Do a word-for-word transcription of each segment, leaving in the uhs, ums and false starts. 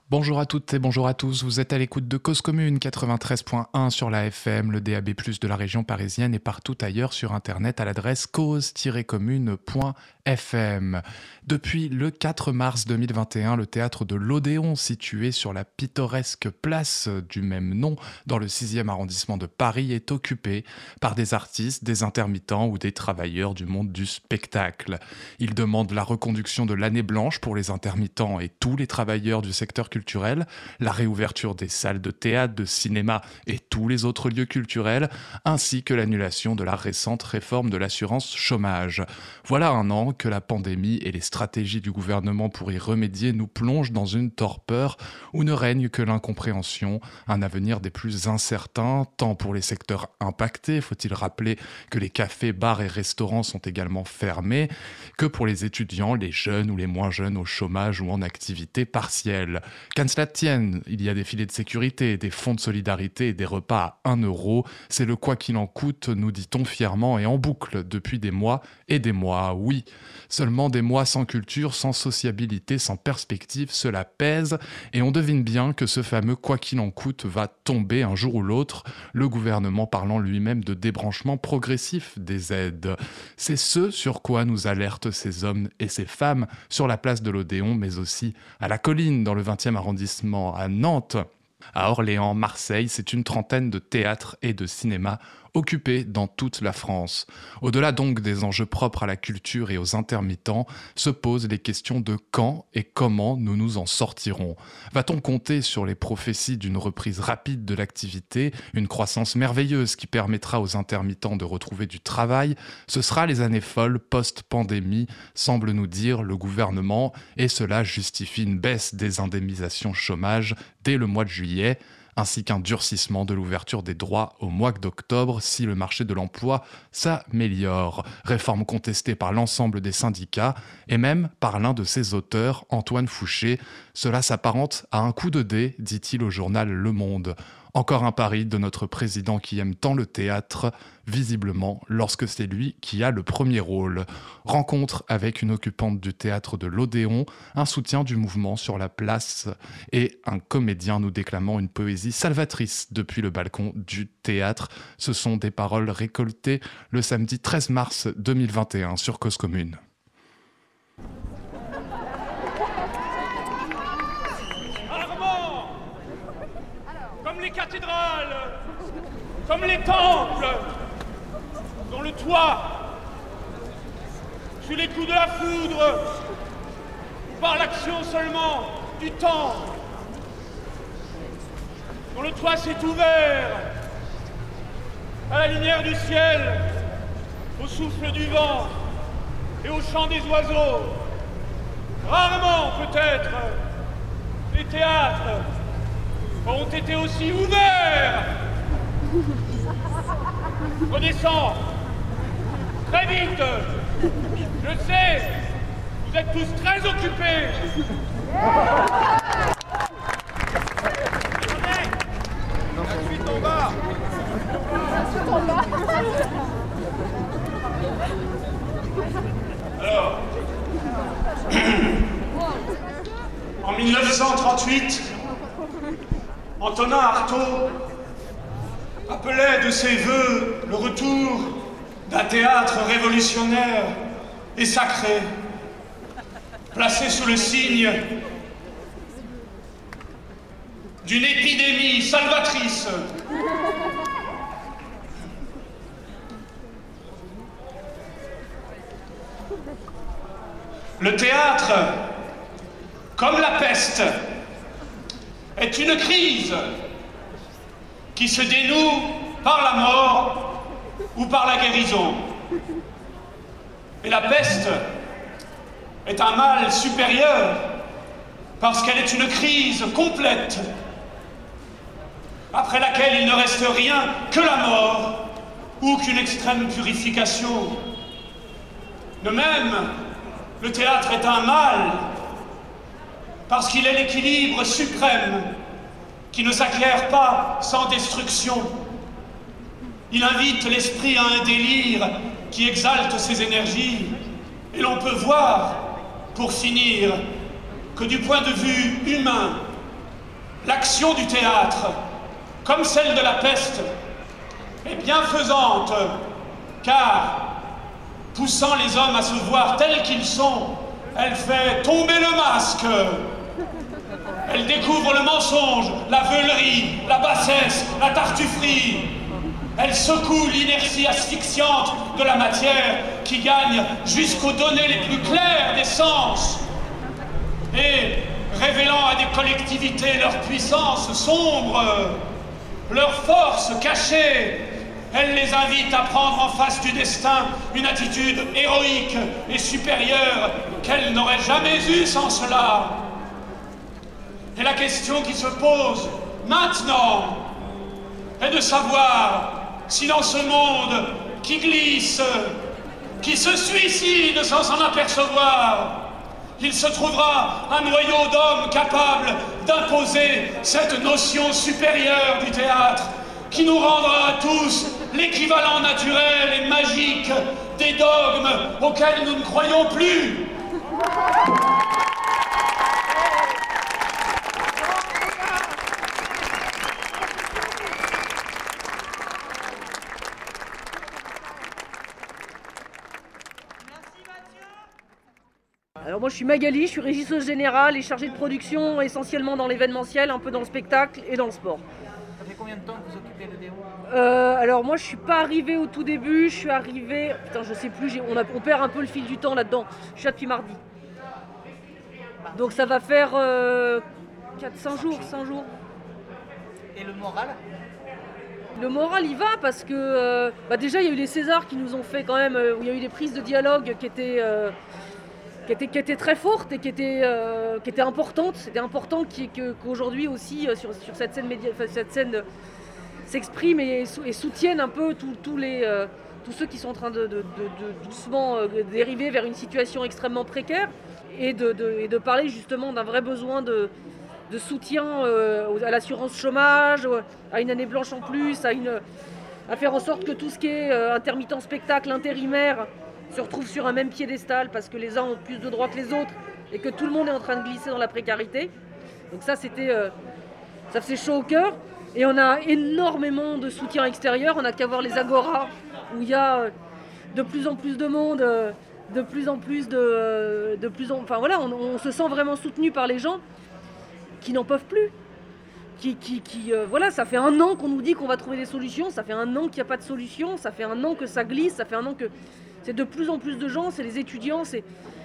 Bonjour à toutes et bonjour à tous, vous êtes à l'écoute de Cause Commune quatre-vingt-treize point un sur la F M, le D A B plus, de la région parisienne et partout ailleurs sur internet à l'adresse cause tiret commune point f m. Depuis le quatre mars deux mille vingt et un, le théâtre de l'Odéon, situé sur la pittoresque place du même nom dans le sixième arrondissement de Paris, est occupé par des artistes, des intermittents ou des travailleurs du monde du spectacle. Il demande la reconduction de l'année blanche pour les intermittents et tous les travailleurs du secteur culturel culturelle, la réouverture des salles de théâtre, de cinéma et tous les autres lieux culturels, ainsi que l'annulation de la récente réforme de l'assurance chômage. Voilà un an que la pandémie et les stratégies du gouvernement pour y remédier nous plongent dans une torpeur où ne règne que l'incompréhension, un avenir des plus incertains, tant pour les secteurs impactés, faut-il rappeler que les cafés, bars et restaurants sont également fermés, que pour les étudiants, les jeunes ou les moins jeunes au chômage ou en activité partielle. Qu'à cela tienne, il y a des filets de sécurité, des fonds de solidarité et des repas à un euro. C'est le quoi qu'il en coûte, nous dit-on fièrement et en boucle depuis des mois et des mois. Oui, seulement des mois sans culture, sans sociabilité, sans perspective, cela pèse. Et on devine bien que ce fameux quoi qu'il en coûte va tomber un jour ou l'autre, le gouvernement parlant lui-même de débranchement progressif des aides. C'est ce sur quoi nous alertent ces hommes et ces femmes sur la place de l'Odéon, mais aussi à la Colline, dans le vingtième arrondissement, à Nantes, à Orléans, Marseille. C'est une trentaine de théâtres et de cinémas occupés dans toute la France. Au-delà donc des enjeux propres à la culture et aux intermittents, se posent les questions de quand et comment nous nous en sortirons. Va-t-on compter sur les prophéties d'une reprise rapide de l'activité, une croissance merveilleuse qui permettra aux intermittents de retrouver du travail ? Ce sera les années folles post-pandémie, semble nous dire le gouvernement, et cela justifie une baisse des indemnisations chômage dès le mois de juillet, ainsi qu'un durcissement de l'ouverture des droits au mois d'octobre si le marché de l'emploi s'améliore. Réforme contestée par l'ensemble des syndicats et même par l'un de ses auteurs, Antoine Fouché. Cela s'apparente à un coup de dé, dit-il au journal Le Monde. Encore un pari de notre président qui aime tant le théâtre, visiblement lorsque c'est lui qui a le premier rôle. Rencontre avec une occupante du théâtre de l'Odéon, un soutien du mouvement sur la place et un comédien nous déclamant une poésie salvatrice depuis le balcon du théâtre. Ce sont des paroles récoltées le samedi treize mars deux mille vingt et un sur Cause Commune. Comme les cathédrales, comme les temples, dont le toit, sous les coups de la foudre, ou par l'action seulement du temps, dont le toit s'est ouvert à la lumière du ciel, au souffle du vent et au chant des oiseaux. Rarement, peut-être, les théâtres ont été aussi ouverts. Redescends, très vite. Je sais, vous êtes tous très occupés. La suite en bas. La suite en bas. Alors, en mille neuf cent trente-huit, Antonin Artaud appelait de ses vœux le retour d'un théâtre révolutionnaire et sacré, placé sous le signe d'une épidémie salvatrice. Le théâtre, comme la peste, est une crise qui se dénoue par la mort ou par la guérison. Et la peste est un mal supérieur parce qu'elle est une crise complète après laquelle il ne reste rien que la mort ou qu'une extrême purification. De même, le théâtre est un mal parce qu'il est l'équilibre suprême qui ne s'acquiert pas sans destruction. Il invite l'esprit à un délire qui exalte ses énergies. Et l'on peut voir, pour finir, que du point de vue humain, L'action du théâtre, comme celle de la peste, est bienfaisante, car, poussant les hommes à se voir tels qu'ils sont, elle fait tomber le masque. Elle découvre le mensonge, la veulerie, la bassesse, la tartufferie. Elle secoue l'inertie asphyxiante de la matière qui gagne jusqu'aux données les plus claires des sens. Et, révélant à des collectivités leur puissance sombre, leur force cachée, elle les invite à prendre en face du destin une attitude héroïque et supérieure qu'elles n'auraient jamais eue sans cela. Et la question qui se pose maintenant est de savoir si dans ce monde qui glisse, qui se suicide sans s'en apercevoir, il se trouvera un noyau d'hommes capables d'imposer cette notion supérieure du théâtre qui nous rendra à tous l'équivalent naturel et magique des dogmes auxquels nous ne croyons plus. Alors moi je suis Magali, je suis régisseuse générale et chargée de production essentiellement dans l'événementiel, un peu dans le spectacle et dans le sport. Ça fait combien de temps que vous occupez le Déo ? euh, Alors moi je suis pas arrivée au tout début, je suis arrivée... Putain je sais plus, j'ai... On, a... on perd un peu le fil du temps là-dedans. Je suis là depuis mardi. Donc ça va faire euh, quatre cinq jours, cinq jours. Et le moral ? Le moral il va parce que euh, bah déjà il y a eu les Césars qui nous ont fait quand même, euh, où il y a eu des prises de dialogue qui étaient... Euh, Qui était, qui était très forte et qui était, euh, qui était importante. C'était important que, qu'aujourd'hui aussi euh, sur, sur cette scène, média, enfin, cette scène euh, s'expriment et, et soutiennent un peu tous, tous, les, euh, tous ceux qui sont en train de, de, de, de doucement euh, dériver vers une situation extrêmement précaire et de, de, et de parler justement d'un vrai besoin de, de soutien euh, à l'assurance chômage, à une année blanche en plus, à, une, à faire en sorte que tout ce qui est euh, intermittent spectacle, intérimaire, se retrouvent sur un même piédestal parce que les uns ont plus de droits que les autres et que tout le monde est en train de glisser dans la précarité. Donc ça, c'était, euh, ça faisait chaud au cœur. Et on a énormément de soutien extérieur. On n'a qu'à voir les agoras où il y a euh, de plus en plus de monde, euh, de plus en plus de, euh, de plus en, enfin voilà, on, on se sent vraiment soutenu par les gens qui n'en peuvent plus. Qui, qui, qui euh, voilà, ça fait un an qu'on nous dit qu'on va trouver des solutions. Ça fait un an qu'il n'y a pas de solution. Ça fait un an que ça glisse. Ça fait un an que c'est de plus en plus de gens, c'est les étudiants, c'est...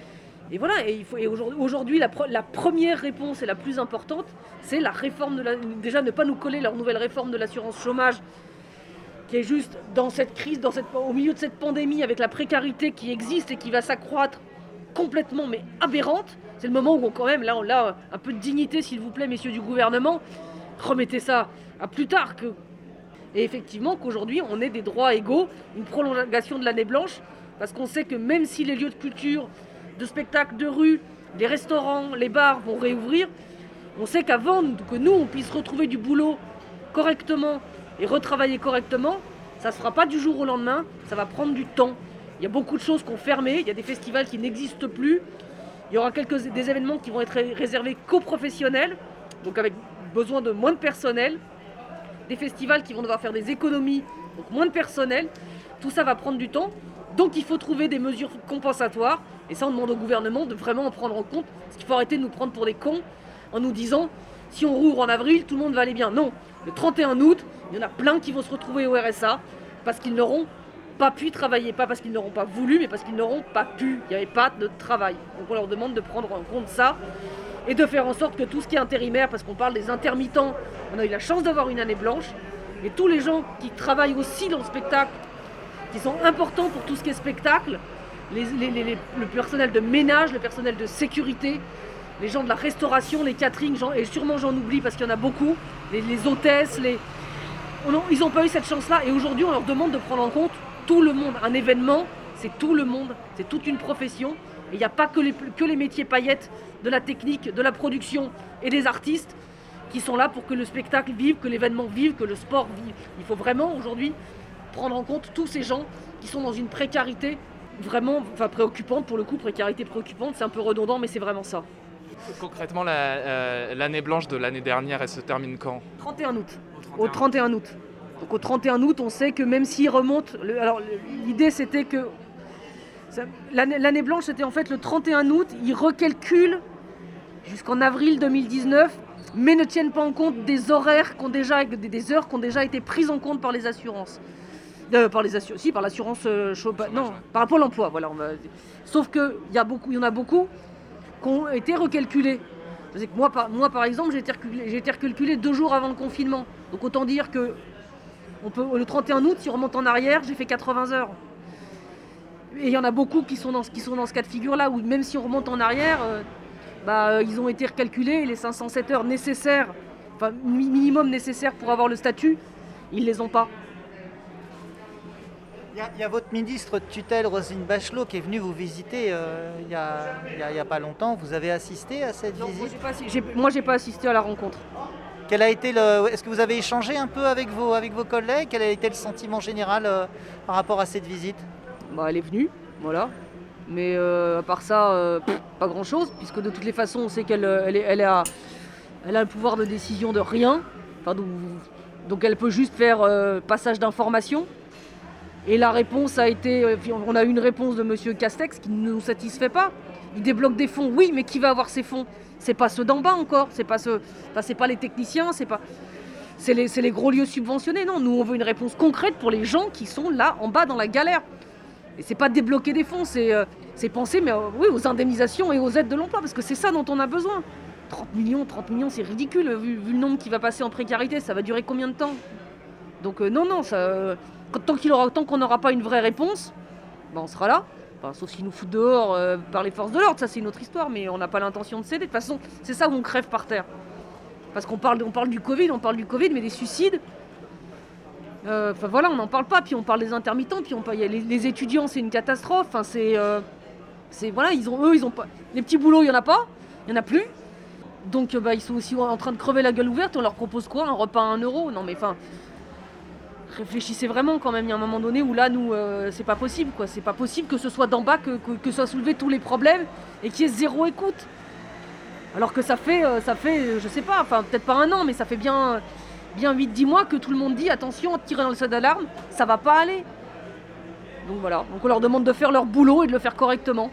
Et voilà, et, il faut, et aujourd'hui, aujourd'hui la, pro, la première réponse et la plus importante, c'est la réforme de la... Déjà, ne pas nous coller leur nouvelle réforme de l'assurance chômage, qui est juste dans cette crise, dans cette, au milieu de cette pandémie, avec la précarité qui existe et qui va s'accroître complètement, mais aberrante. C'est le moment où on, quand même, là, on a un peu de dignité, s'il vous plaît, messieurs du gouvernement. Remettez ça à plus tard que... Et effectivement, qu'aujourd'hui, on ait des droits égaux, une prolongation de l'année blanche, parce qu'on sait que même si les lieux de culture, de spectacle, de rue, les restaurants, les bars vont réouvrir, on sait qu'avant que nous, on puisse retrouver du boulot correctement et retravailler correctement, ça ne se fera pas du jour au lendemain, ça va prendre du temps. Il y a beaucoup de choses qui ont fermé, il y a des festivals qui n'existent plus, il y aura quelques, des événements qui vont être réservés qu'aux professionnels, donc avec besoin de moins de personnel, des festivals qui vont devoir faire des économies, donc moins de personnel, tout ça va prendre du temps. Donc il faut trouver des mesures compensatoires, et ça on demande au gouvernement de vraiment en prendre en compte, parce qu'il faut arrêter de nous prendre pour des cons en nous disant si on rouvre en avril, tout le monde va aller bien. Non, le trente et un août, il y en a plein qui vont se retrouver au R S A parce qu'ils n'auront pas pu travailler, pas parce qu'ils n'auront pas voulu, mais parce qu'ils n'auront pas pu, il n'y avait pas de travail. Donc on leur demande de prendre en compte ça et de faire en sorte que tout ce qui est intérimaire, parce qu'on parle des intermittents, on a eu la chance d'avoir une année blanche, et tous les gens qui travaillent aussi dans le spectacle, qui sont importants pour tout ce qui est spectacle, les, les, les, les, le personnel de ménage, le personnel de sécurité, les gens de la restauration, les catering, et sûrement j'en oublie parce qu'il y en a beaucoup, les, les hôtesses, les... On, ils n'ont pas eu cette chance-là, et aujourd'hui on leur demande de prendre en compte tout le monde. Un événement, c'est tout le monde, c'est toute une profession, et il n'y a pas que les, que les métiers paillettes de la technique, de la production et des artistes qui sont là pour que le spectacle vive, que l'événement vive, que le sport vive. Il faut vraiment aujourd'hui prendre en compte tous ces gens qui sont dans une précarité vraiment, enfin préoccupante pour le coup, précarité préoccupante, c'est un peu redondant mais c'est vraiment ça. Concrètement, la, euh, l'année blanche de l'année dernière, elle se termine quand ? trente et un août. Au trente et un août. Donc au trente et un août, on sait que même s'il remonte... Le, alors l'idée c'était que... Ça, l'année, l'année blanche c'était en fait le trente et un août, ils recalculent jusqu'en avril deux mille dix-neuf, mais ne tiennent pas en compte des horaires, qui ont déjà, des, des heures qui ont déjà été prises en compte par les assurances. Euh, par les assurances, si, par l'assurance euh, chômage, non, par Pôle emploi, voilà. On va... Sauf qu'il y, y en a beaucoup qui ont été recalculés. C'est que moi, par, moi, par exemple, j'ai été, recalculé, j'ai été recalculé deux jours avant le confinement. Donc autant dire que on peut, le trente et un août, si on remonte en arrière, j'ai fait quatre-vingts heures. Et il y en a beaucoup qui sont dans, qui sont dans ce cas de figure-là, où même si on remonte en arrière, euh, bah, ils ont été recalculés, et les cinq cent sept heures nécessaires, enfin minimum nécessaires pour avoir le statut, ils ne les ont pas. Il y, y a votre ministre de tutelle, Roselyne Bachelot, qui est venue vous visiter euh, il n'y a, a, a pas longtemps. Vous avez assisté à cette non, visite ? Moi, j'ai pas, j'ai, moi, j'ai pas assisté à la rencontre. Quel a été le, est-ce que vous avez échangé un peu avec vos, avec vos collègues ? Quel a été le sentiment général euh, par rapport à cette visite ? Bah, elle est venue, voilà. Mais euh, à part ça, euh, pff, pas grand-chose, puisque de toutes les façons, on sait qu'elle elle, elle a, elle a le pouvoir de décision de rien. Enfin, donc, donc elle peut juste faire euh, passage d'informations. Et la réponse a été... On a eu une réponse de M. Castex qui ne nous satisfait pas. Il débloque des fonds, oui, mais qui va avoir ces fonds ? C'est pas ceux d'en bas encore, c'est pas, ceux, enfin, c'est pas les techniciens, c'est pas... C'est les, c'est les gros lieux subventionnés, non. Nous, on veut une réponse concrète pour les gens qui sont là, en bas, dans la galère. Et c'est pas débloquer des fonds, c'est, euh, c'est penser mais, euh, oui, aux indemnisations et aux aides de l'emploi, parce que c'est ça dont on a besoin. trente millions, trente millions, c'est ridicule, vu, vu le nombre qui va passer en précarité, ça va durer combien de temps ? Donc euh, non, non, ça... Euh, Tant, qu'il aura, tant qu'on n'aura pas une vraie réponse, ben on sera là. Enfin, sauf s'ils nous foutent dehors euh, par les forces de l'ordre, ça c'est une autre histoire, mais on n'a pas l'intention de céder. De toute façon, c'est ça où on crève par terre. Parce qu'on parle, on parle du Covid, on parle du Covid, mais des suicides, euh, enfin voilà, on n'en parle pas. Puis on parle des intermittents, puis on parle, les, les étudiants, c'est une catastrophe. Enfin, c'est, euh, c'est voilà, ils ont, eux, ils ont pas, les petits boulots, il y en a pas, il y en a plus. Donc bah, ils sont aussi en train de crever la gueule ouverte. On leur propose quoi ? Un repas à un euro ? Non mais enfin. Réfléchissez vraiment quand même, il y a un moment donné où là, nous, euh, c'est pas possible, quoi. C'est pas possible que ce soit d'en bas que, que, que soient soulevés tous les problèmes et qu'il y ait zéro écoute. Alors que ça fait, euh, ça fait, je sais pas, enfin peut-être pas un an, mais ça fait bien, bien huit dix mois que tout le monde dit attention, tirez dans le sonneau d'alarme, ça va pas aller. Donc voilà, donc on leur demande de faire leur boulot et de le faire correctement.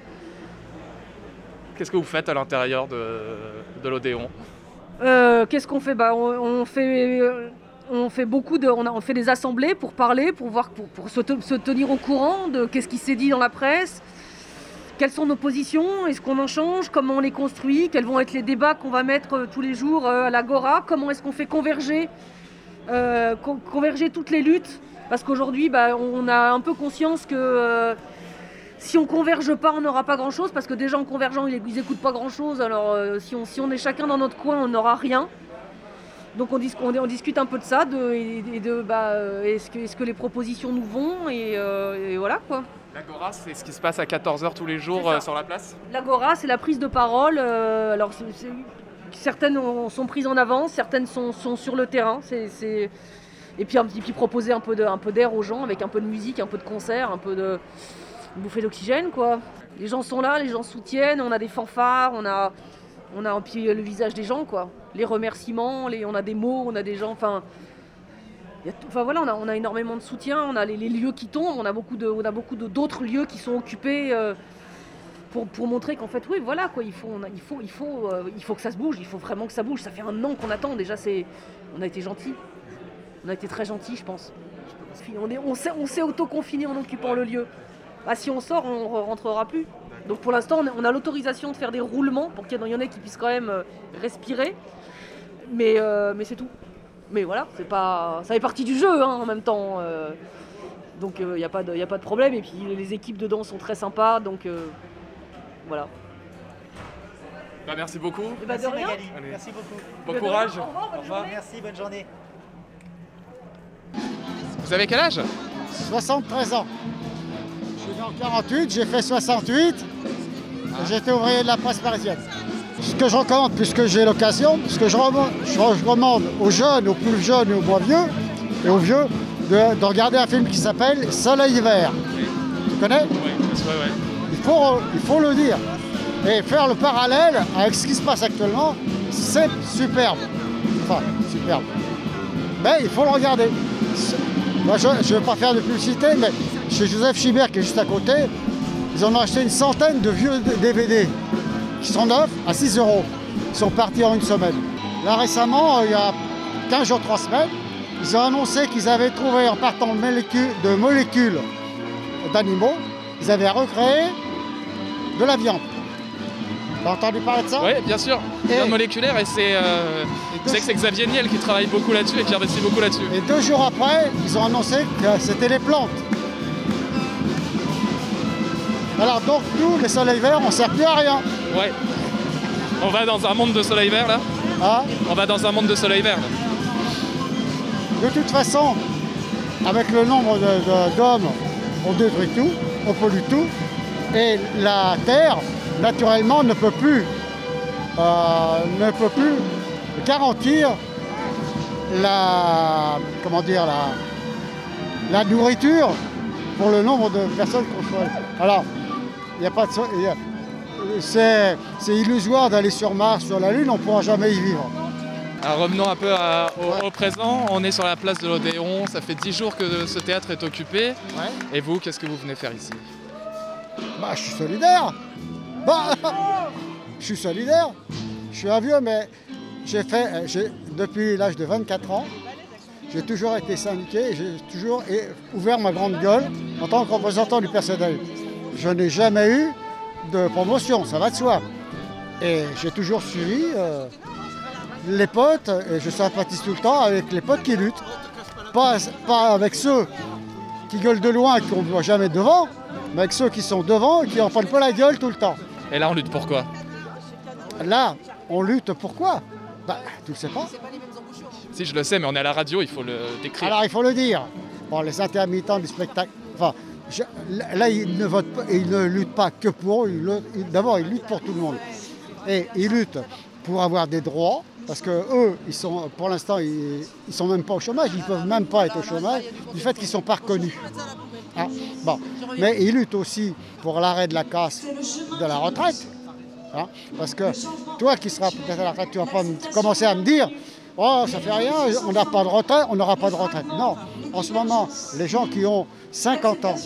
Qu'est-ce que vous faites à l'intérieur de, de l'Odéon ? euh, Qu'est-ce qu'on fait ? Bah, on, on fait... Euh, On fait beaucoup de, on, a, on fait des assemblées pour parler, pour voir, pour, pour se, te, se tenir au courant de qu'est-ce qui s'est dit dans la presse, quelles sont nos positions, est-ce qu'on en change, comment on les construit, quels vont être les débats qu'on va mettre euh, tous les jours euh, à l'Agora, comment est-ce qu'on fait converger, euh, con, converger toutes les luttes, parce qu'aujourd'hui, bah, on a un peu conscience que euh, si on converge pas, on n'aura pas grand-chose, parce que déjà en convergeant, ils, ils écoutent pas grand-chose, alors euh, si, on, si on est chacun dans notre coin, on n'aura rien. Donc on, dis- on, on discute un peu de ça, de, et de bah, est-ce que, est-ce que les propositions nous vont, et, euh, et voilà quoi. L'Agora, c'est ce qui se passe à quatorze heures tous les jours euh, sur la place ? L'Agora, c'est la prise de parole. Euh, alors c'est, c'est, certaines ont, sont prises en avance, certaines sont, sont sur le terrain. C'est, c'est... Et, puis, et puis proposer un peu, de, un peu d'air aux gens, avec un peu de musique, un peu de concert, un peu de bouffée d'oxygène quoi. Les gens sont là, les gens soutiennent, on a des fanfares, on a... On a puis le visage des gens, quoi. Les remerciements, les, on a des mots, on a des gens, enfin... Y a tout, enfin voilà, on a, on a énormément de soutien, on a les, les lieux qui tombent, on a beaucoup, de, on a beaucoup de, d'autres lieux qui sont occupés euh, pour, pour montrer qu'en fait, oui, voilà, quoi, il faut, on a, il, faut, il, faut, euh, il faut que ça se bouge, il faut vraiment que ça bouge. Ça fait un an qu'on attend, déjà, c'est, on a été gentils. On a été très gentils, je pense. On, est, on, s'est, on s'est auto-confiné en occupant le lieu. Bah, si on sort, on ne rentrera plus. Donc pour l'instant, on a l'autorisation de faire des roulements pour qu'il y en ait qui puissent quand même respirer. Mais, euh, mais c'est tout. Mais voilà, c'est pas... ça fait partie du jeu hein, en même temps. Euh... Donc il euh, n'y a, a pas de problème. Et puis les équipes dedans sont très sympas. Donc euh... voilà. Bah, merci beaucoup. Et bah, merci de rien. Magali. Merci beaucoup. Bon courage. Au revoir, bonne Au revoir. journée. Merci, bonne journée. Vous avez quel âge ? soixante-treize ans. Je suis né en quarante-huit, j'ai fait soixante-huit. Et j'étais ouvrier de la presse parisienne. Ce que je recommande, puisque j'ai l'occasion, ce que je recommande, je recommande aux jeunes, aux plus jeunes et aux moins vieux, et aux vieux, de, de regarder un film qui s'appelle Soleil hiver. Tu connais ? Oui, ouais, ouais. Il faut, il faut le dire. Et faire le parallèle avec ce qui se passe actuellement, c'est superbe. Enfin, superbe. Mais il faut le regarder. Moi, je ne veux pas faire de publicité, mais chez Joseph Chibert, qui est juste à côté, ils en ont acheté une centaine de vieux D V D qui sont neufs à six euros. Ils sont partis en une semaine. Là, récemment, il y a quinze jours, trois semaines, ils ont annoncé qu'ils avaient trouvé, en partant de molécules, de molécules d'animaux, ils avaient recréé de la viande. T'as entendu parler de ça? Oui, bien sûr. Et- Viande moléculaire, et c'est euh, Et c'est que c'est Xavier Niel qui travaille beaucoup là-dessus et qui investit beaucoup là-dessus. Et deux jours après, ils ont annoncé que c'était les plantes. Alors donc nous, les soleils verts, on ne sert plus à rien. Ouais. On va dans un monde de soleil vert là. Hein. On va dans un monde de soleil vert là. De toute façon, avec le nombre de- de- d'hommes, on détruit tout, on pollue tout. Et la Terre, naturellement, ne peut plus, euh, ne peut plus garantir la, comment dire, la, la nourriture pour le nombre de personnes qu'on soit. Alors, il n'y a pas de, so- il y a- c'est, c'est illusoire d'aller sur Mars, sur la Lune, on ne pourra jamais y vivre. Alors revenons un peu à- au, au présent. On est sur la place de l'Odéon. Ça fait dix jours que ce théâtre est occupé. Et vous, qu'est-ce que vous venez faire ici? Bah, je suis solidaire. Bah, je suis solidaire. Je suis un vieux, mais j'ai fait, euh, j'ai, depuis l'âge de vingt-quatre ans, j'ai toujours été syndiqué, et j'ai toujours é- ouvert ma grande gueule en tant que représentant du personnel. Je n'ai jamais eu de promotion, ça va de soi. Et j'ai toujours suivi euh, les potes, et je sympathise tout le temps avec les potes qui luttent. Pas, pas avec ceux qui gueulent de loin et qu'on ne voit jamais devant, mais avec ceux qui sont devant et qui en prennent pas la gueule tout le temps. Et là, on lutte pour quoi? Là, on lutte pourquoi? Bah, tu le sais pas. Si, je le sais, mais on est à la radio, il faut le décrire. Alors il faut le dire. Bon, les intermittents du spectacle, enfin, je- là ils ne votent pas, ils ne luttent pas que pour eux. ils le- ils- D'abord, ils luttent pour tout le monde. Et ils luttent pour avoir des droits, parce que eux, ils sont, pour l'instant, ils, ils sont même pas au chômage. Ils peuvent même pas être au chômage du fait qu'ils sont pas reconnus. Ah, bon. Mais ils luttent aussi pour l'arrêt de la casse de la retraite. Hein, parce que toi qui seras peut-être à la retraite, tu vas pas me- commencer à me dire « Oh, ça fait rien, on n'a pas de retraite, on n'aura pas de retraite. » Non, en ce moment, les gens qui ont cinquante ans,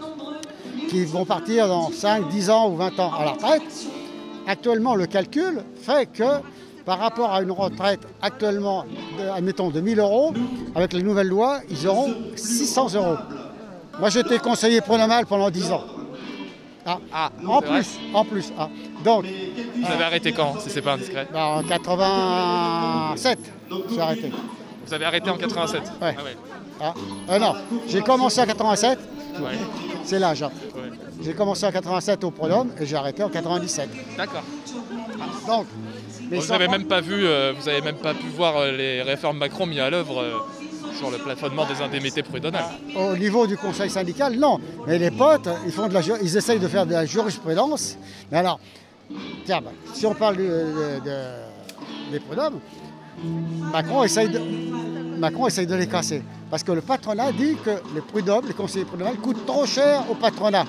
qui vont partir dans cinq, dix ans ou vingt ans à la retraite, actuellement, le calcul fait que par rapport à une retraite actuellement, de, admettons, de mille euros, avec les nouvelles lois, ils auront six cents euros. Moi, j'étais conseiller prud'homal pendant dix ans. Ah, Ah, en c'est vrai. plus, en plus. Ah. Donc, Vous avez arrêté quand, si c'est pas indiscret? bah, en quatre-vingt-sept, j'ai arrêté. Vous avez arrêté en quatre-vingt-sept? Ouais. Ah ouais. Ah. Euh, non, j'ai commencé en quatre-vingt-sept, Ouais. c'est l'âge. hein. Ouais. J'ai commencé en quatre-vingt-sept au Prud'homme et j'ai arrêté en quatre-vingt-dix-sept. D'accord. Donc, mais Vous sans n'avez prendre- même pas vu, euh, vous avez même pas pu voir euh, les réformes Macron mises à l'œuvre euh, sur le plafonnement des indemnités prud'homales. Au niveau du conseil syndical, non. Mais les potes, ils, font de la, ju- ils essayent de faire de la jurisprudence. Mais alors, tiens, bah, si on parle du- de- de- des prud'hommes, Macron essaye, de, Macron essaye de les casser. Parce que le patronat dit que les prud'hommes, les conseillers prud'hommes coûtent trop cher au patronat.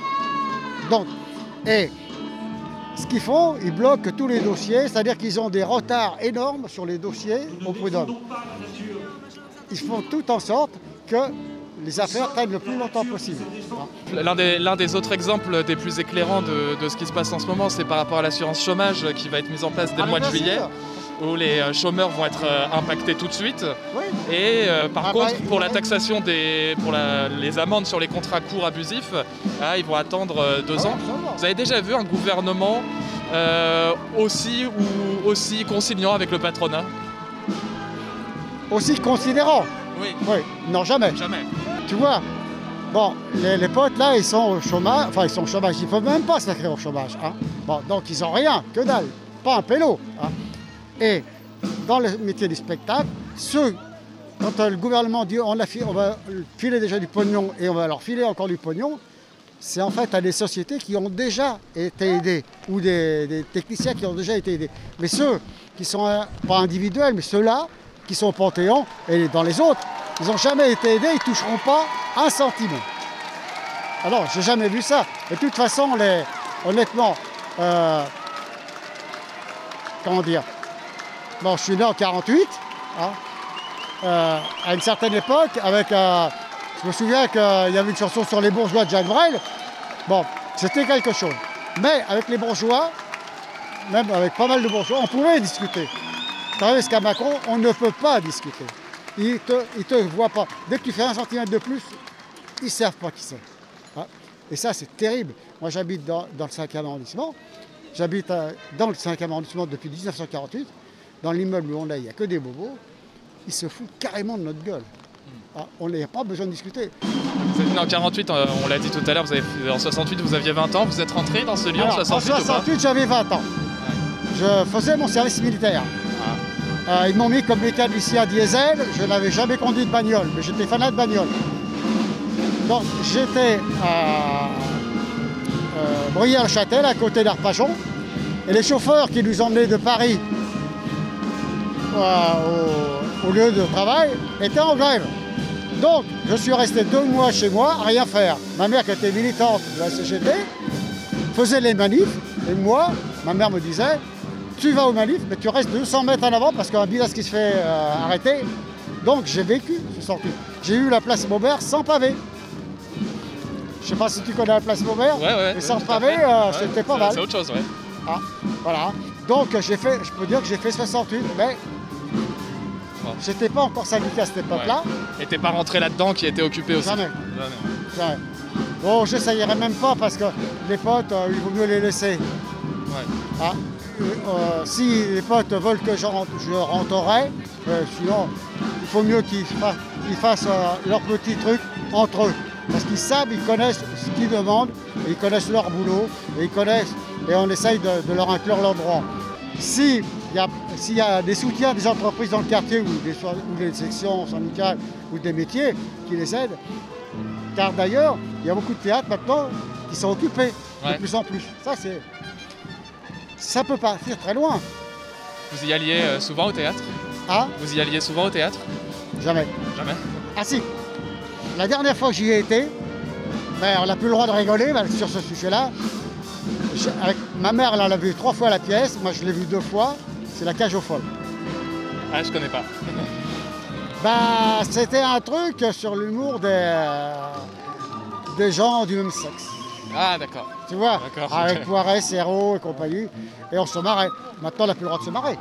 Donc, et ce qu'ils font, ils bloquent tous les dossiers, c'est-à-dire qu'ils ont des retards énormes sur les dossiers au prud'homme. Ils font tout en sorte que les affaires prennent le plus longtemps possible. L'un des, l'un des autres exemples des plus éclairants de, de ce qui se passe en ce moment, c'est par rapport à l'assurance chômage qui va être mise en place dès Ah, le mois de bien sûr. juillet, où les euh, chômeurs vont être euh, impactés tout de suite. Oui. Et euh, par Ah, contre, bah, pour la ouais. taxation des, pour la- les amendes sur les contrats courts abusifs, ah, ils vont attendre euh, deux Ah, ans. absolument. Vous avez déjà vu un gouvernement euh, aussi ou aussi conciliant avec le patronat? Aussi considérant. Oui. Oui, non, jamais. Jamais. Tu vois, bon, les, les potes là, ils sont au chômage, enfin ils sont au chômage, ils ne peuvent même pas s'inscrire au chômage. Hein. Bon, donc ils n'ont rien, que dalle, pas un pélo. Hein. Et dans le métier du spectacle, ceux, quand euh, le gouvernement dit on, a fi- on va filer déjà du pognon et on va leur filer encore du pognon, c'est en fait à des sociétés qui ont déjà été aidées ou des, des techniciens qui ont déjà été aidés. Mais ceux qui sont euh, pas individuels, mais ceux-là qui sont au Panthéon et dans les autres, ils n'ont jamais été aidés, ils ne toucheront pas un centime. Alors, j'ai jamais vu ça. Et de toute façon, les, honnêtement, Euh, comment dire? Bon, je suis né en quarante-huit. Hein, euh, à une certaine époque, avec... Euh, je me souviens qu'il y avait une chanson sur les bourgeois de Jacques Brel. Bon, c'était quelque chose. Mais avec les bourgeois, même avec pas mal de bourgeois, on pouvait discuter. Tandis qu'à Macron, on ne peut pas discuter. Ils ne te, ils te voient pas. Dès que tu fais un centimètre de plus, ils ne savent pas qui c'est. Hein? Et ça, c'est terrible. Moi, j'habite dans, dans le cinquième arrondissement. J'habite euh, dans le cinquième arrondissement depuis mille neuf cent quarante-huit. Dans l'immeuble où on est, il n'y a que des bobos. Ils se foutent carrément de notre gueule. Hein? On n'a pas besoin de discuter. Vous êtes né en quarante-huit, on l'a dit tout à l'heure, vous avez, en soixante-huit, vous aviez vingt ans. Vous êtes rentré dans ce lieu Alors, en soixante-huit en soixante-huit, j'avais vingt ans. Je faisais mon service militaire. Ah. Euh, ils m'ont mis comme mécanicien diesel. Je n'avais jamais conduit de bagnole, mais j'étais fanat de bagnole. Donc j'étais à euh, Bruyères-le-Châtel, à côté d'Arpajon. Et les chauffeurs qui nous emmenaient de Paris euh, au, au lieu de travail étaient en grève. Donc je suis resté deux mois chez moi à rien faire. Ma mère, qui était militante de la C G T, faisait les manifs. Et moi, ma mère me disait, tu vas aux manifs, mais tu restes deux cents mètres en avant parce qu'un bilas qui se fait euh, arrêter. Donc j'ai vécu ce sorti. J'ai eu la place Maubert sans pavé. Je ne sais pas si tu connais la place Maubert, ouais, ouais, mais sans ouais, pavé, euh, ouais, c'était pas mal. C'est autre chose, ouais. Ah, voilà. Donc j'ai fait, je peux dire que j'ai fait soixante-huit, mais bon. J'étais pas encore syndicat à cette époque-là. Ouais. Et t'es pas rentré là-dedans qui était occupé aussi? Jamais. Jamais. Jamais. Bon, j'essayerais même pas parce que les potes, euh, il vaut mieux les laisser. Ouais. Ah. Euh, si les potes veulent que je, rentre, je rentrerai, euh, sinon il faut mieux qu'ils fa ils fassent euh, leurs petits trucs entre eux. Parce qu'ils savent, ils connaissent ce qu'ils demandent, et ils connaissent leur boulot, et ils connaissent, et on essaye de, de leur inclure leurs droits. S'il y, s'il y a des soutiens des entreprises dans le quartier, ou des, ou des sections syndicales, ou des métiers qui les aident, car d'ailleurs, il y a beaucoup de théâtres maintenant qui sont occupés, ouais. De plus en plus. Ça, c'est... Ça peut partir très loin. Vous y alliez euh, souvent au théâtre? Ah? Vous y alliez souvent au théâtre? Jamais. Jamais? Ah si. La dernière fois que j'y ai été, ben, on n'a plus le droit de rigoler ben, sur ce sujet-là. Avec ma mère, elle l'a vu trois fois la pièce. Moi, je l'ai vu deux fois. C'est La Cage aux Folles. Ah, je connais pas. Ben, c'était un truc sur l'humour des, des gens du même sexe. Ah, d'accord. Tu vois, avec okay. Poiret, Serrault et compagnie. Et on se marrait. Maintenant, on n'a plus le droit de se marrer.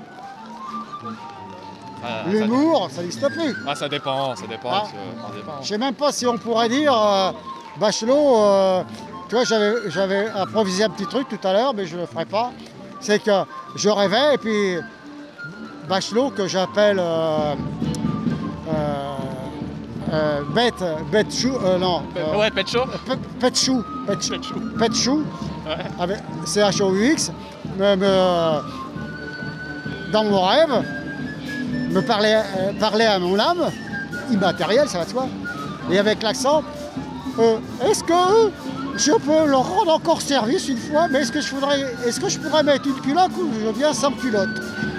Ah, l'humour, ça n'existe plus. Ah, ça dépend, ça dépend. Ah. Ça dépend. Je ne sais même pas si on pourrait dire, euh, Bachelot, euh, tu vois, j'avais, j'avais improvisé un petit truc tout à l'heure, mais je ne le ferai pas. C'est que je rêvais, et puis Bachelot, que j'appelle euh, euh, euh, Bête, Bête Chou, euh, non. Euh, ouais, Pet Chou. Pet Chou, Pet Chou, Pet Chou, avec C H O U X, me, me, dans mon rêve, me parlait, euh, parlait à mon âme, immatériel, ça va de soi, et avec l'accent, euh, est-ce que je peux leur rendre encore service une fois, mais est-ce que je voudrais, est-ce que je pourrais mettre une culotte ou je viens sans culotte?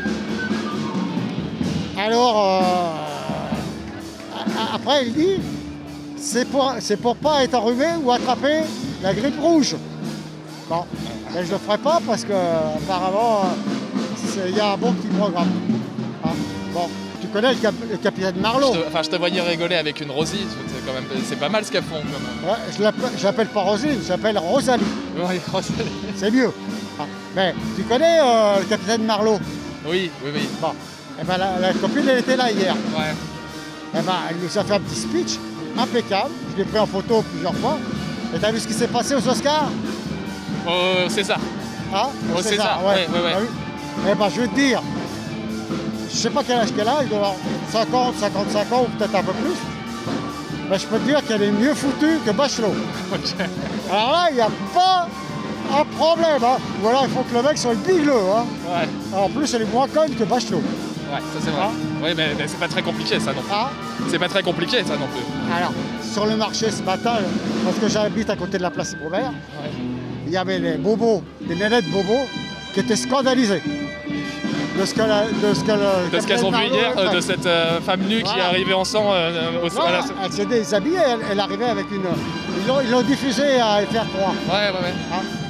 Alors, euh, après il dit, c'est pour, c'est pour pas être enrhumé ou attraper la grippe rouge. Bon, mais je le ferai pas parce que apparemment il y a un bon petit programme. Hein, bon, tu connais le, cap, le capitaine Marlowe. Je te, enfin, je te voyais rigoler avec une Rosie, c'est quand même, c'est pas mal ce qu'elles font. Quand même. Ouais, je l'appelle, je l'appelle pas Rosie, je l'appelle Rosalie. Oui, Rosalie. C'est mieux. Ah, mais tu connais euh, le capitaine Marlowe? Oui, oui, oui. Bon, et ben la, la copine elle était là hier. Ouais. Et ben elle nous a fait un petit speech impeccable. Je l'ai pris en photo plusieurs fois. Et t'as vu ce qui s'est passé aux Oscars? Au César. Ah, au César, César, ouais. Oui, oui, oui. Eh ben je vais te dire, je sais pas quel âge qu'elle a, il doit avoir cinquante, cinquante-cinq ans ou peut-être un peu plus. Mais je peux te dire qu'elle est mieux foutue que Bachelot. Okay. Alors là, il n'y a pas un problème. Hein. Ou alors il faut que le mec soit le bigleux. Hein. Ouais. En plus, elle est moins conne que Bachelot. Ouais, ça c'est vrai. Ah. Oui, mais, mais c'est pas très compliqué ça non plus. Ah. C'est pas très compliqué ça non plus. Alors, sur le marché ce matin, parce que j'habite à côté de la place Maubert, ouais. Il y avait des bobos, des nénettes bobos, qui étaient scandalisés de ce qu'elle de ce qu'elle de ce qu'elles ont vu hier, euh, de cette euh, femme nue voilà. Qui est arrivée en sang euh, au voilà, à la... Elle s'est déshabillée, elle, elle arrivait avec une... Ils l'ont, ils l'ont diffusée à F R trois. Ouais, ouais, ouais. Hein,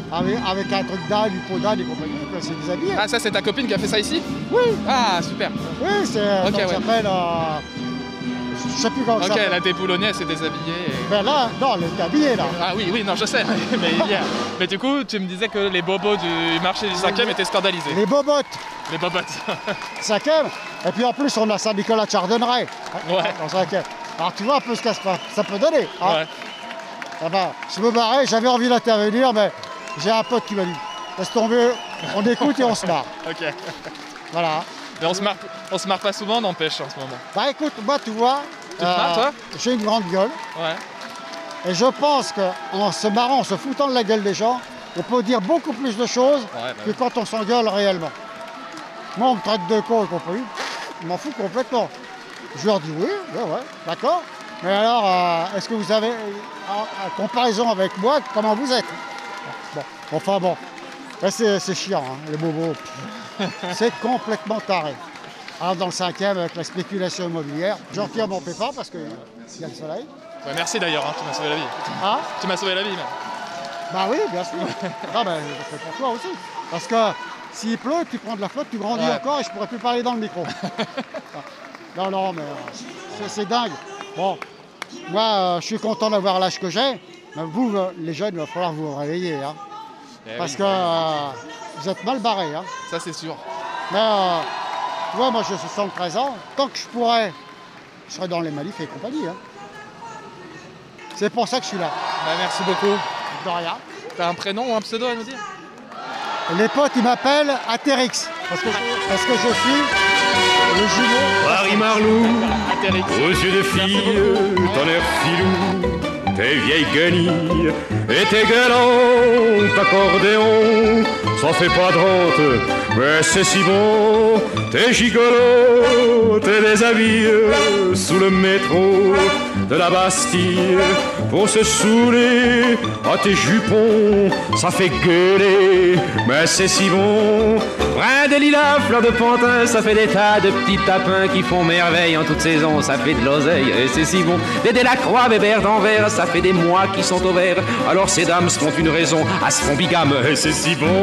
avec, avec un truc d'âne, du pot d'âne et compagnie, quoi, c'est déshabillé. Ah, ça, c'est ta copine qui a fait ça ici? Oui. Ah, super. Oui, c'est, Ok, donc, ouais. ça s'appelle, euh, je sais plus comment ça Ok, s'appelle. elle a déboulonné, elle s'est déshabillée. Et... Ben là, non, elle est habillée là. Ah oui, oui, non, je sais, mais hier. Mais du coup, tu me disais que les bobos du marché du cinquième étaient scandalisés. Les bobottes, Les bobottes. cinquième. Et puis en plus, on a Saint-Nicolas de Chardonneret. Ouais. Dans cinquième. Alors tu vois un peu ce que ça, ça peut donner. Hein. Ouais. Ça va. Je me barrais, j'avais envie d'intervenir, mais j'ai un pote qui m'a dit laisse tomber, on écoute et on se marre. Ok. Voilà. Mais on se marre, on se marre pas souvent, n'empêche, en ce moment. Bah écoute, moi tu vois, Tu te marres, toi? j'ai une grande gueule. Ouais. Et je pense qu'en se marrant, en se foutant de la gueule des gens, on peut dire beaucoup plus de choses Ouais, bah que oui. quand on s'engueule réellement. Moi, on me traite de con et compagnie, je m'en fous complètement. Je leur dis oui, ouais, ouais, d'accord. Mais alors, euh, est-ce que vous avez, en, en comparaison avec moi, comment vous êtes? Bon, enfin bon, là, c'est, c'est chiant, hein, les bobos. C'est complètement taré. Alors dans le cinquième, avec la spéculation immobilière, j'en retire mon pépin parce qu'il y a le soleil. Ouais, merci d'ailleurs, hein, tu m'as sauvé la vie. Ah, Tu m'as sauvé la vie, même. bah oui, bien sûr. Ah ben, je le fais pour toi aussi. Parce que s'il pleut, tu prends de la flotte, tu grandis Ouais. encore et je pourrais plus parler dans le micro. Non, non, mais euh, c'est, c'est dingue. Bon, moi, euh, je suis content d'avoir l'âge que j'ai. Mais vous, euh, les jeunes, il va falloir vous réveiller. Hein, Eh parce oui. que euh, vous êtes mal barrés. Hein. Ça, c'est sûr. Mais euh, tu vois, moi, je suis soixante-treize ans. Tant que je pourrais, je serais dans les manifs et compagnie. Hein. C'est pour ça que je suis là. Bah, merci beaucoup. De rien. T'as un prénom ou un pseudo à nous dire? Les potes, ils m'appellent Atérix. Parce que, parce que je suis le jumeau. Paris Marlou, Atérix. aux yeux de fille, ton air filou, tes vieilles guenilles et tes galants accordéons, ça fait pas de honte, mais c'est si bon, t'es gigolo, t'es déshabillé sous le métro de la Bastille pour se saouler à tes jupons, ça fait gueuler, mais c'est si bon. Brin de lilas, fleur de pantin, ça fait des tas de petits tapins qui font merveille en toute saison, ça fait de l'oseille et c'est si bon. Dédé Lacroix, Bébert d'Anvers, ça fait des mois qui sont au vert, alors ces dames se font une raison à se font bigame et c'est si bon.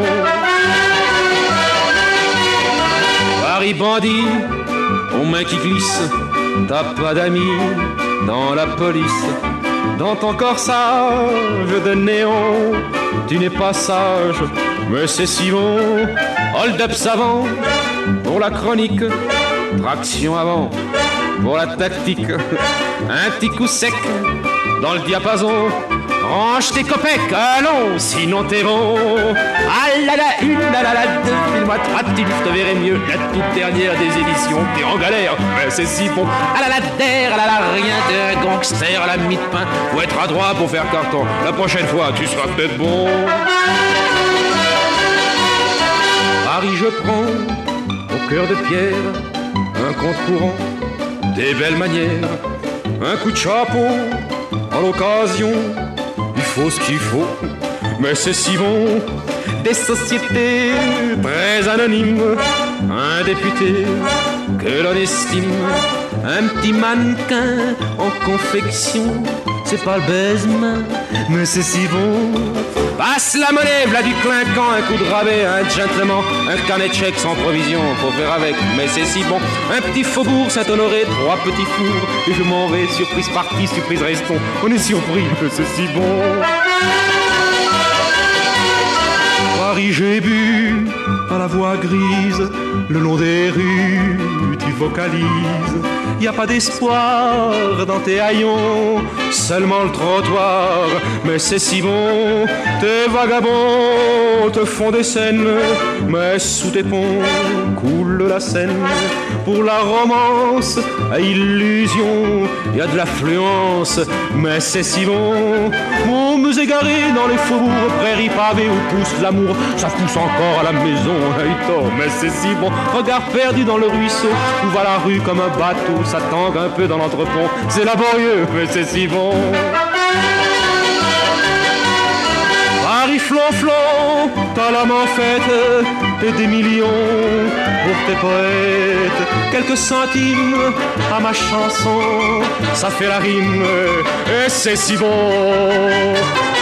Paris bandit, aux mains qui glissent, t'as pas d'amis dans la police. Dans ton corsage de néon, tu n'es pas sage, mais c'est si bon. Hold-up savant pour la chronique, traction avant pour la tactique. Un petit coup sec dans le diapason, range tes copecs, allons, sinon t'es bon. Ah là là, une là là là, deux, file-moi tratif, je te verrai mieux. La toute dernière des éditions, t'es en galère, mais c'est si bon. Ah là là, der, ah là là, rien d'un gangster à la mie de pain. Faut être adroit pour faire carton, la prochaine fois tu seras peut-être bon. Paris, je prends au cœur de pierre un compte courant, des belles manières, un coup de chapeau en l'occasion. Il faut ce qu'il faut, mais c'est si bon. Des sociétés très anonymes, un député que l'on estime, un petit mannequin en confection. C'est pas le baise-main, mais c'est si bon. Passe la monnaie, v'là du clinquant, un coup de rabais, un gentleman, un carnet de chèques sans provision, faut faire avec, mais c'est si bon. Un petit faubourg Saint-Honoré, trois petits fours, et je m'en vais, surprise partie, surprise restons, on est surpris, mais c'est si bon. Paris, j'ai bu à la voix grise, le long des rues, tu vocalises. Y a pas d'espoir dans tes haillons, seulement le trottoir, mais c'est si bon. Tes vagabonds te font des scènes, mais sous tes ponts coule la Seine. Pour la romance à illusion, y a de l'affluence, mais c'est si bon. Mon me égaré dans les faubourgs, prairies pavées où pousse l'amour, ça pousse encore à la maison, hey, tort, mais c'est si bon. Regard perdu dans le ruisseau, où va la rue comme un bateau, ça tangue un peu dans l'entrepont, c'est laborieux, mais c'est si bon. Paris flonflon, t'as l'âme en fête, et des millions pour tes poètes. Quelques centimes à ma chanson, ça fait la rime, et c'est si bon.